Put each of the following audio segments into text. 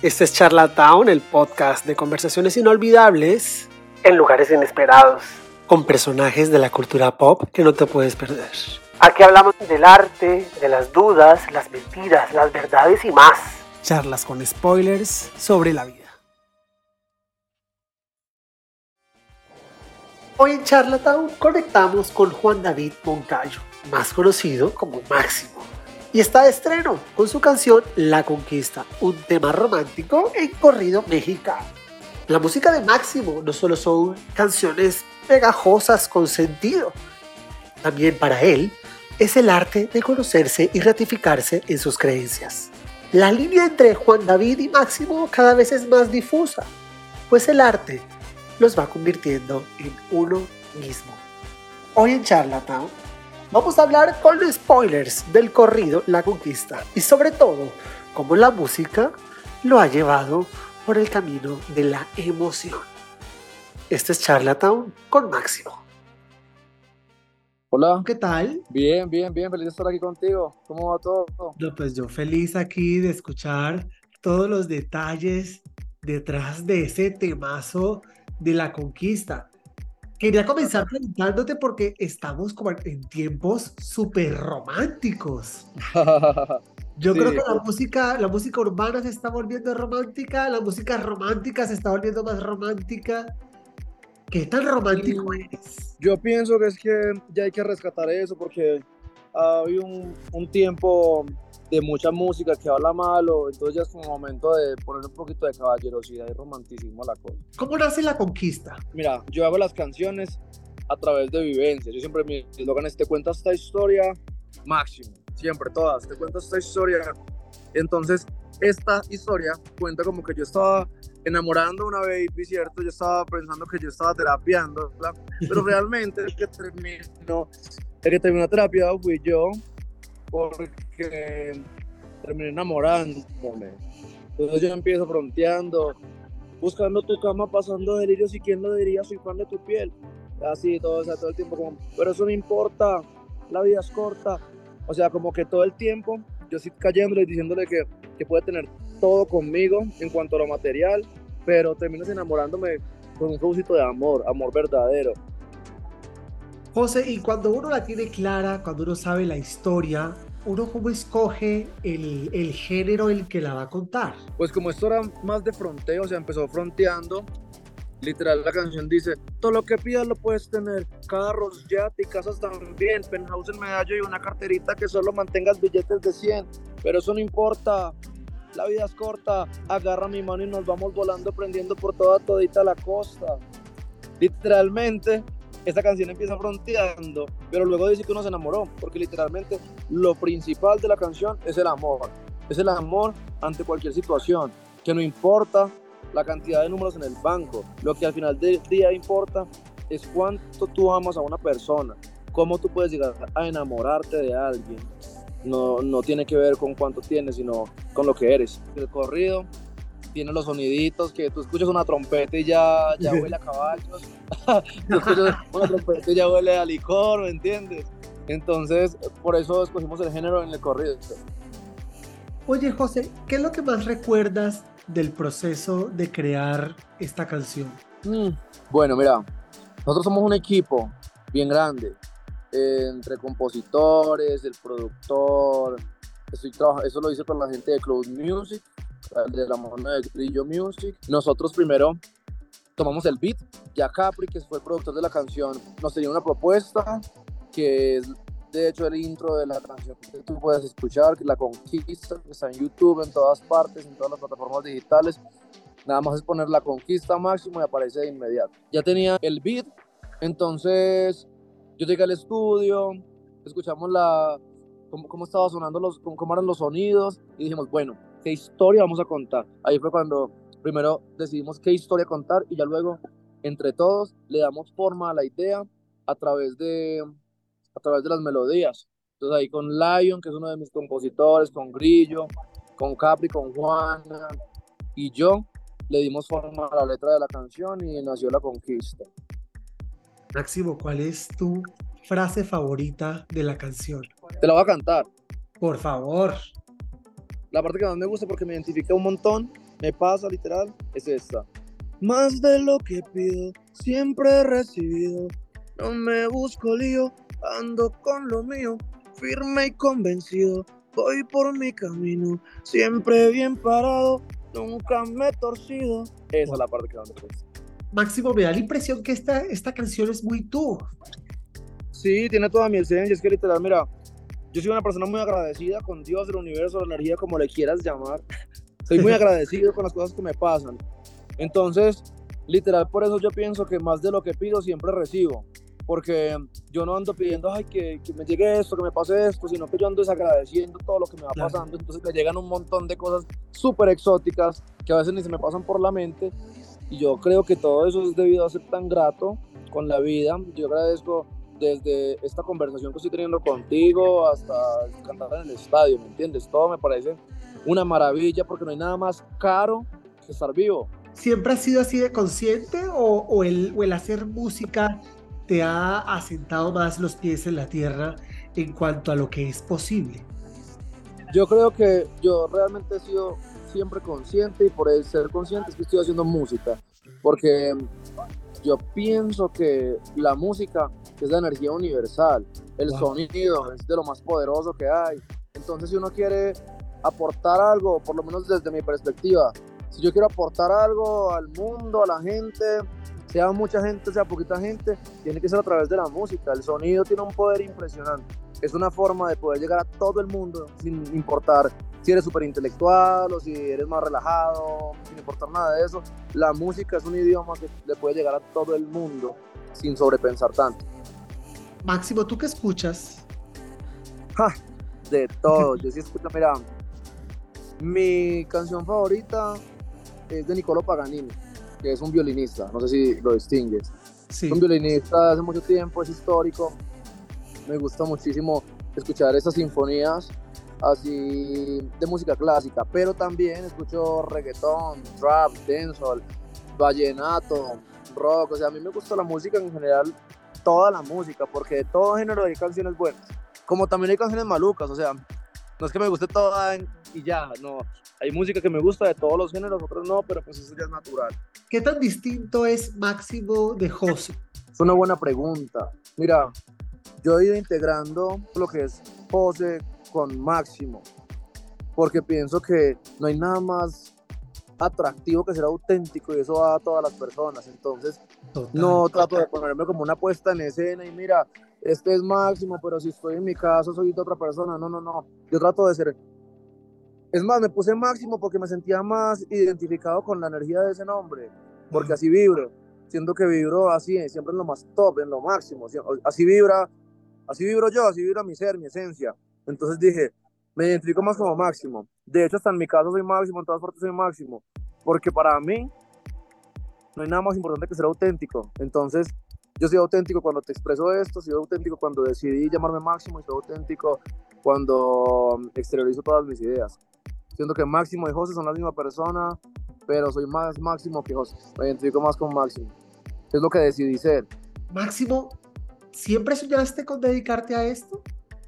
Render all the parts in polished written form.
Este es Charlatown, el podcast de conversaciones inolvidables en lugares inesperados, con personajes de la cultura pop que no te puedes perder. Aquí hablamos del arte, de las dudas, las mentiras, las verdades y más. Charlas con spoilers sobre la vida. Hoy en Charlatown conectamos con Juan David Moncayo, más conocido como Máximo. Y está de estreno con su canción La Conquista, un tema romántico en corrido mexicano. La música de Máximo no solo son canciones pegajosas con sentido, también para él es el arte de conocerse y ratificarse en sus creencias. La línea entre Juan David y Máximo cada vez es más difusa, pues el arte los va convirtiendo en uno mismo. Hoy en Charlatown vamos a hablar con spoilers del corrido La Conquista y sobre todo cómo la música lo ha llevado por el camino de la emoción. Este es Charlatown con Máximo. Hola. ¿Qué tal? Bien, feliz de estar aquí contigo. ¿Cómo va todo? No, pues yo feliz aquí de escuchar todos los detalles detrás de ese temazo de La Conquista. Quería comenzar preguntándote porque estamos como en tiempos súper románticos. Yo Sí, creo que la música urbana se está volviendo romántica, la música romántica se está volviendo más romántica. ¿Qué tan romántico eres? yo pienso que es que ya hay que rescatar eso porque ha habido un tiempo de mucha música que habla malo, entonces ya es como momento de poner un poquito de caballerosidad y romanticismo a la cosa. ¿Cómo nace La Conquista? Mira, yo hago las canciones a través de vivencias. Yo siempre mi eslogan es: te cuento esta historia, Máximo. Siempre, todas, te cuento esta historia. Entonces, esta historia cuenta como que yo estaba enamorando a una baby, ¿cierto? Yo estaba pensando que yo estaba terapiando, ¿verdad? Pero realmente el que terminó la terapia fui yo, porque terminé enamorándome. Entonces yo empiezo fronteando, buscando tu cama, pasando delirios, y quién lo diría, soy fan de tu piel. Así, todo, o sea, todo el tiempo como, pero eso no importa, la vida es corta. O sea, como que todo el tiempo yo estoy cayéndole y diciéndole que puede tener todo conmigo en cuanto a lo material, pero terminas enamorándome con un rosito de amor verdadero. José, y cuando uno la tiene clara, cuando uno sabe la historia, ¿uno cómo escoge el género en el que la va a contar? Pues como esto era más de fronteo, o sea, empezó fronteando. Literal, la canción dice: todo lo que pidas lo puedes tener, carros, yate y casas también, penthouse en Medallo y una carterita que solo mantengas billetes de 100, pero eso no importa, la vida es corta, agarra mi mano y nos vamos volando, prendiendo por todita la costa. Literalmente, esta canción empieza fronteando, pero luego dice que uno se enamoró, porque literalmente lo principal de la canción es el amor ante cualquier situación, que no importa la cantidad de números en el banco, lo que al final del día importa es cuánto tú amas a una persona, cómo tú puedes llegar a enamorarte de alguien. No tiene que ver con cuánto tienes, sino con lo que eres. El corrido tiene los soniditos que tú escuchas una trompeta y ya huele a caballos, tú escuchas una trompeta y ya huele a licor, ¿me entiendes? Entonces, por eso escogimos el género en el corrido. Oye, José, ¿qué es lo que más recuerdas del proceso de crear esta canción? Bueno, mira, nosotros somos un equipo bien grande, entre compositores, el productor. Eso lo hice con la gente de Cloud Music, de la mano de Grillo Music. Nosotros primero tomamos el beat, ya Capri, que fue el productor de la canción, nos tenía una propuesta que es de hecho el intro de la canción que tú puedes escuchar, que La Conquista, que está en YouTube, en todas partes, en todas las plataformas digitales. Nada más es poner La Conquista Máximo y aparece de inmediato. Ya tenía el beat, entonces yo llegué al estudio, escuchamos cómo estaba sonando, cómo eran los sonidos, y dijimos, bueno, ¿qué historia vamos a contar? Ahí fue cuando primero decidimos qué historia contar, y ya luego, entre todos, le damos forma a la idea a través de las melodías. Entonces ahí con Lion, que es uno de mis compositores, con Grillo, con Capri, con Juana y yo, le dimos forma a la letra de la canción y nació La Conquista. Máximo, ¿cuál es tu frase favorita de la canción? Te la voy a cantar. Por favor. La parte que más me gusta porque me identifica un montón me pasa literal es esta. Más de lo que pido, siempre he recibido. No me busco lío, ando con lo mío, firme y convencido. Voy por mi camino, siempre bien parado, nunca me he torcido. Esa es la parte que no me gusta. Máximo, me da la impresión que esta canción es muy tú. Sí, tiene toda mi esencia, es que literal, mira, yo soy una persona muy agradecida con Dios, el universo, la energía, como le quieras llamar. Soy muy agradecido con las cosas que me pasan. Entonces, literal, por eso yo pienso que más de lo que pido siempre recibo. Porque yo no ando pidiendo, ay, que me llegue esto, que me pase esto, sino que yo ando desagradeciendo todo lo que me va pasando. Entonces me llegan un montón de cosas súper exóticas que a veces ni se me pasan por la mente. Y yo creo que todo eso es debido a ser tan grato con la vida. Yo agradezco desde esta conversación que estoy teniendo contigo hasta cantar en el estadio, ¿me entiendes? Todo me parece una maravilla porque no hay nada más caro que estar vivo. ¿Siempre has sido así de consciente o el hacer música te ha asentado más los pies en la tierra en cuanto a lo que es posible? Yo creo que yo realmente he sido siempre consciente y por el ser consciente es que estoy haciendo música, porque yo pienso que la música es la energía universal, el sonido es de lo más poderoso que hay. Entonces si uno quiere aportar algo, por lo menos desde mi perspectiva, si yo quiero aportar algo al mundo, a la gente, sea mucha gente, sea poquita gente, tiene que ser a través de la música. El sonido tiene un poder impresionante. Es una forma de poder llegar a todo el mundo, sin importar si eres súper intelectual o si eres más relajado, sin importar nada de eso. La música es un idioma que le puede llegar a todo el mundo sin sobrepensar tanto. Máximo, ¿tú qué escuchas? De todo. Yo sí escucho, mira, mi canción favorita es de Niccolo Paganini, que es un violinista, no sé si lo distingues. Sí. Es un violinista de hace mucho tiempo, es histórico. Me gusta muchísimo escuchar esas sinfonías así de música clásica, pero también escucho reggaetón, trap, dancehall, vallenato, rock. O sea, a mí me gusta la música en general, toda la música, porque de todo género hay canciones buenas, como también hay canciones malucas. O sea, no es que me guste toda y ya, no. Hay música que me gusta de todos los géneros, otros no, pero pues eso ya es natural. ¿Qué tan distinto es Máximo de José? Es una buena pregunta. Mira, yo he ido integrando lo que es José con Máximo, porque pienso que no hay nada más atractivo que ser auténtico y eso va a todas las personas. Entonces, no trato de ponerme como una puesta en escena y mira, este es Máximo, pero si estoy en mi casa soy de otra persona. No. Yo trato de ser. Es más, me puse Máximo porque me sentía más identificado con la energía de ese nombre, porque así vibro. Siento que vibro así, siempre en lo más top, en lo máximo. Así vibro yo, así vibra mi ser, mi esencia. Entonces dije, me identifico más como Máximo. De hecho, hasta en mi caso soy Máximo, en todas partes soy Máximo. Porque para mí no hay nada más importante que ser auténtico. Entonces, yo soy auténtico cuando te expreso esto, soy auténtico cuando decidí llamarme Máximo y soy auténtico cuando exteriorizo todas mis ideas. Siento que Máximo y José son la misma persona, pero soy más Máximo que José. Me identifico más con Máximo. Es lo que decidí ser. Máximo, ¿siempre soñaste con dedicarte a esto?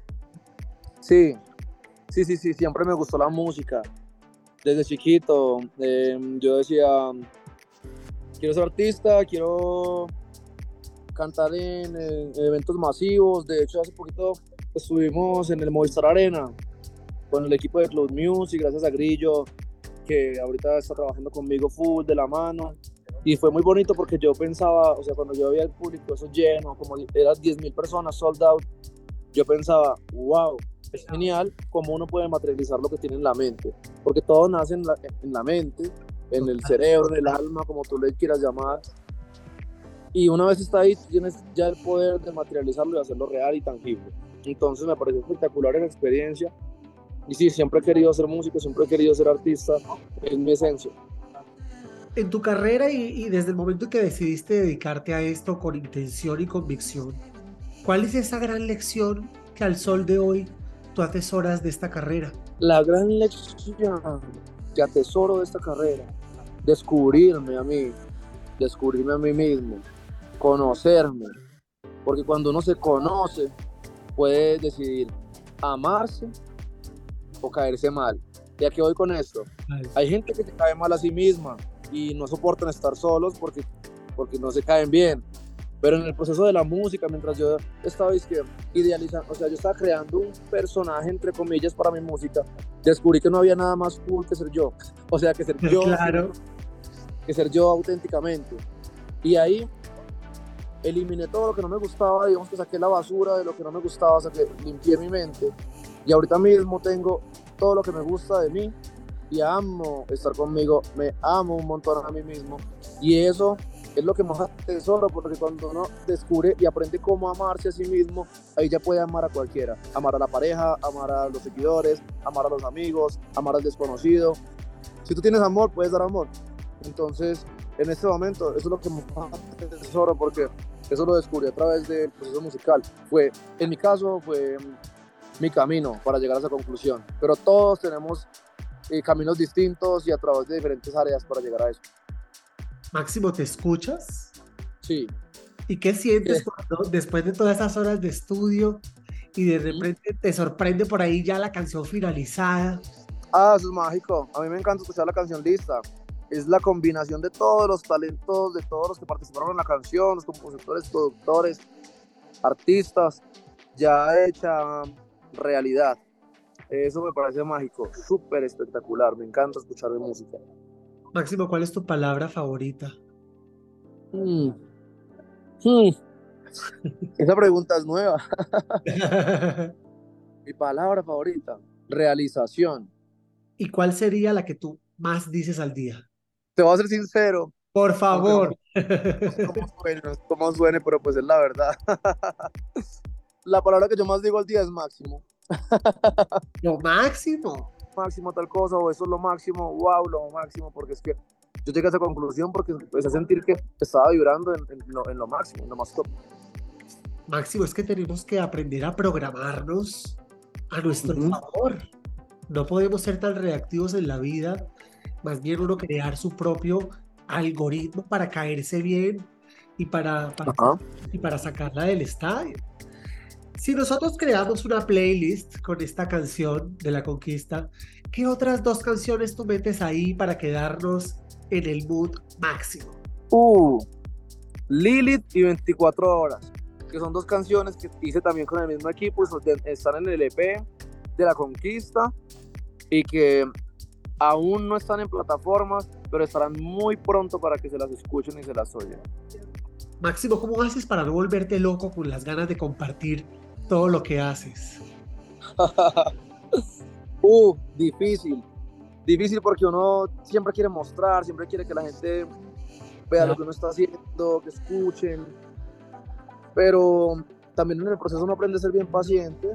Sí, siempre me gustó la música. Desde chiquito, yo decía, quiero ser artista, quiero cantar en eventos masivos. De hecho, hace poquito estuvimos en el Movistar Arena con el equipo de Cloud Music, gracias a Grillo, que ahorita está trabajando conmigo full de la mano. Y fue muy bonito porque yo pensaba, o sea, cuando yo veía el público eso lleno, como eran 10.000 personas sold out, yo pensaba, wow, es genial cómo uno puede materializar lo que tiene en la mente, porque todo nace en la mente, en el cerebro, en el alma, como tú le quieras llamar, y una vez está ahí, tienes ya el poder de materializarlo y hacerlo real y tangible. Entonces me pareció espectacular esa experiencia, y sí, siempre he querido ser músico, siempre he querido ser artista, es mi esencia. En tu carrera y desde el momento que decidiste dedicarte a esto con intención y convicción, ¿cuál es esa gran lección que al sol de hoy tú atesoras de esta carrera? La gran lección que atesoro de esta carrera, descubrirme a mí mismo, conocerme, porque cuando uno se conoce puede decidir amarse o caerse mal. ¿Y a qué voy con esto? Ay, Hay gente que se cae mal a sí misma y no soportan estar solos porque no se caen bien. Pero en el proceso de la música, mientras yo estaba idealizando, o sea, yo estaba creando un personaje, entre comillas, para mi música, descubrí que no había nada más cool que ser yo. O sea, que ser yo, claro. que ser yo auténticamente. Y ahí eliminé todo lo que no me gustaba, digamos que saqué la basura de lo que no me gustaba, limpié mi mente. Y ahorita mismo tengo todo lo que me gusta de mí y amo estar conmigo, me amo un montón a mí mismo. Y eso es lo que más atesoro, porque cuando uno descubre y aprende cómo amarse a sí mismo, ahí ya puede amar a cualquiera. Amar a la pareja, amar a los seguidores, amar a los amigos, amar al desconocido. Si tú tienes amor, puedes dar amor. Entonces, en este momento, eso es lo que más atesoro, porque eso lo descubrí a través del proceso musical. En mi caso, fue mi camino para llegar a esa conclusión. Pero todos tenemos caminos distintos y a través de diferentes áreas para llegar a eso. Máximo, ¿te escuchas? Sí. ¿Y qué sientes cuando después de todas esas horas de estudio y de repente te sorprende por ahí ya la canción finalizada? Ah, eso es mágico. A mí me encanta escuchar la canción lista. Es la combinación de todos los talentos, de todos los que participaron en la canción, los compositores, productores, artistas, ya hecha realidad. Eso me parece mágico, súper espectacular. Me encanta escuchar de música. Máximo, ¿cuál es tu palabra favorita? Hmm. Hmm. Esa pregunta es nueva. Mi palabra favorita, realización. ¿Y cuál sería la que tú más dices al día? Te voy a ser sincero, Por aunque no, favor. no sé cómo suene, no sé cómo suene, pero pues es la verdad. La palabra que yo más digo al día es máximo. Lo máximo. Máximo tal cosa, o eso es lo máximo, wow, lo máximo, porque es que yo llegué a esa conclusión porque empecé a sentir que estaba vibrando en lo máximo, en lo más top. Máximo, es que tenemos que aprender a programarnos a nuestro favor. No podemos ser tan reactivos en la vida, más bien uno crear su propio algoritmo para caerse bien y Ajá. y para sacarla del estadio. Si nosotros creamos una playlist con esta canción de La Conquista, ¿qué otras dos canciones tú metes ahí para quedarnos en el mood máximo? Lilith y 24 horas, que son dos canciones que hice también con el mismo equipo, están en el EP de La Conquista y que aún no están en plataformas, pero estarán muy pronto para que se las escuchen y se las oyen. Máximo, ¿cómo haces para no volverte loco con las ganas de compartir todo lo que haces? Difícil. Difícil porque uno siempre quiere mostrar, siempre quiere que la gente vea lo que uno está haciendo, que escuchen. Pero también en el proceso uno aprende a ser bien paciente,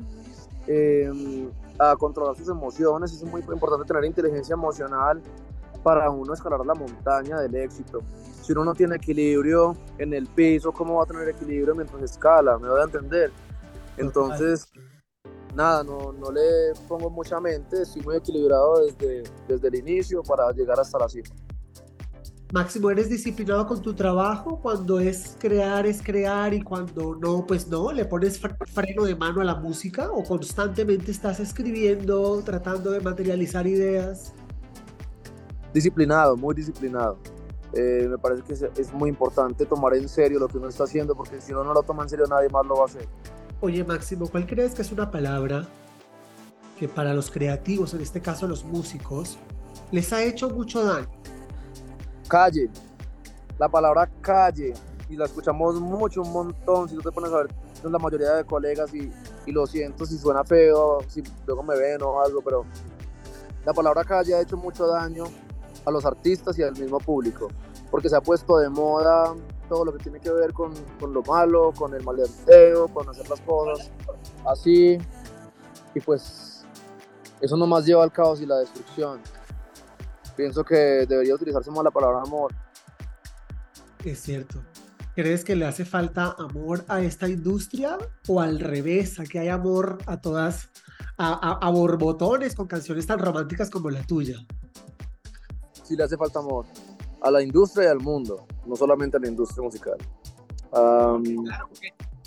a controlar sus emociones. Es muy importante tener inteligencia emocional para uno escalar la montaña del éxito. Si uno no tiene equilibrio en el piso, ¿cómo va a tener equilibrio mientras escala? Me voy a entender. Entonces, nada, no le pongo mucha mente, estoy muy equilibrado desde el inicio para llegar hasta la cima. Máximo, ¿eres disciplinado con tu trabajo? Cuando es crear y cuando no, pues no, ¿le pones freno de mano a la música o constantemente estás escribiendo, tratando de materializar ideas? Disciplinado, muy disciplinado. Me parece que es muy importante tomar en serio lo que uno está haciendo, porque si uno no lo toma en serio, nadie más lo va a hacer. Oye, Máximo, ¿cuál crees que es una palabra que para los creativos, en este caso los músicos, les ha hecho mucho daño? Calle, la palabra calle, y la escuchamos mucho, un montón. Si tú te pones a ver la mayoría de colegas y lo siento si suena feo, si luego me ven o algo, pero la palabra calle ha hecho mucho daño a los artistas y al mismo público, porque se ha puesto de moda todo lo que tiene que ver con lo malo, con el maleanteo, con hacer las cosas así, y pues eso nomás lleva al caos y la destrucción. Pienso que debería utilizarse más la palabra amor. Es cierto. ¿Crees que le hace falta amor a esta industria o al revés, a que hay amor a todas, a borbotones con canciones tan románticas como la tuya? Sí le hace falta amor a la industria y al mundo, no solamente a la industria musical.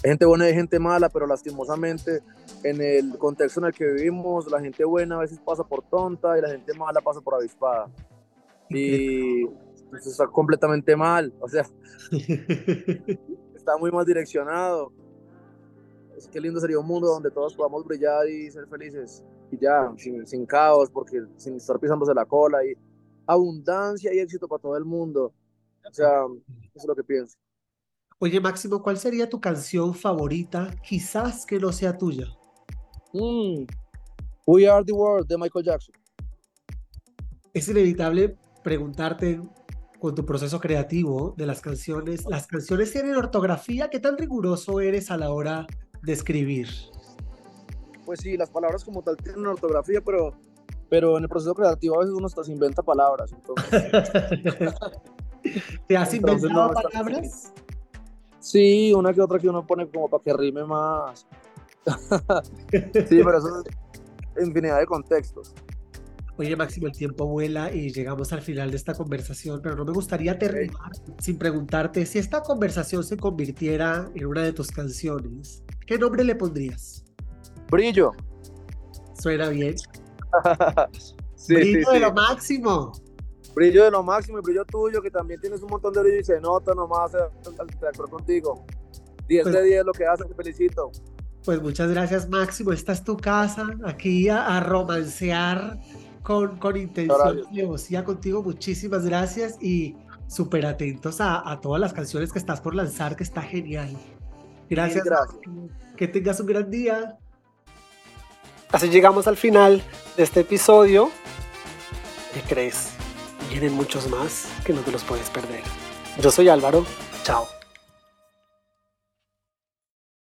Hay gente buena y hay gente mala, pero lastimosamente en el contexto en el que vivimos, la gente buena a veces pasa por tonta y la gente mala pasa por avispada. Y eso está completamente mal, o sea, está muy mal direccionado. Es que lindo sería un mundo donde todos podamos brillar y ser felices y ya, sin caos, porque sin estar pisándose la cola y abundancia y éxito para todo el mundo. O sea, eso es lo que pienso. Oye, Máximo, ¿cuál sería tu canción favorita? Quizás que no sea tuya. Mm, We Are the World de Michael Jackson. Es inevitable preguntarte con tu proceso creativo de las canciones. ¿Las canciones tienen ortografía? ¿Qué tan riguroso eres a la hora de escribir? Pues sí, las palabras como tal tienen ortografía, pero en el proceso creativo a veces uno hasta se inventa palabras. ¿Te has Entonces inventado no está así. palabras? Sí, una que otra que uno pone como para que rime más. Sí, pero eso es infinidad de contextos. Oye, Máximo, el tiempo vuela y llegamos al final de esta conversación, pero no me gustaría Okay. terminar sin preguntarte si esta conversación se convirtiera en una de tus canciones. ¿Qué nombre le pondrías? Brillo. Suena bien. Sí, sí, Brillo de sí. lo máximo. Brillo de lo máximo y brillo tuyo, que también tienes un montón de brillo y se nota nomás al interactuar contigo. 10 Pues, de 10 lo que haces, te felicito. pues muchas gracias, Máximo. Esta es tu casa, aquí a romancear con intención Gracias. de alevosía contigo. Muchísimas gracias y súper atentos a todas las canciones que estás por lanzar, que está genial. Mil Gracias, gracias. Máximo. Que tengas un gran día. Así llegamos al final de este episodio. ¿Qué crees? Vienen muchos más que no te los puedes perder. Yo soy Álvaro. Chao.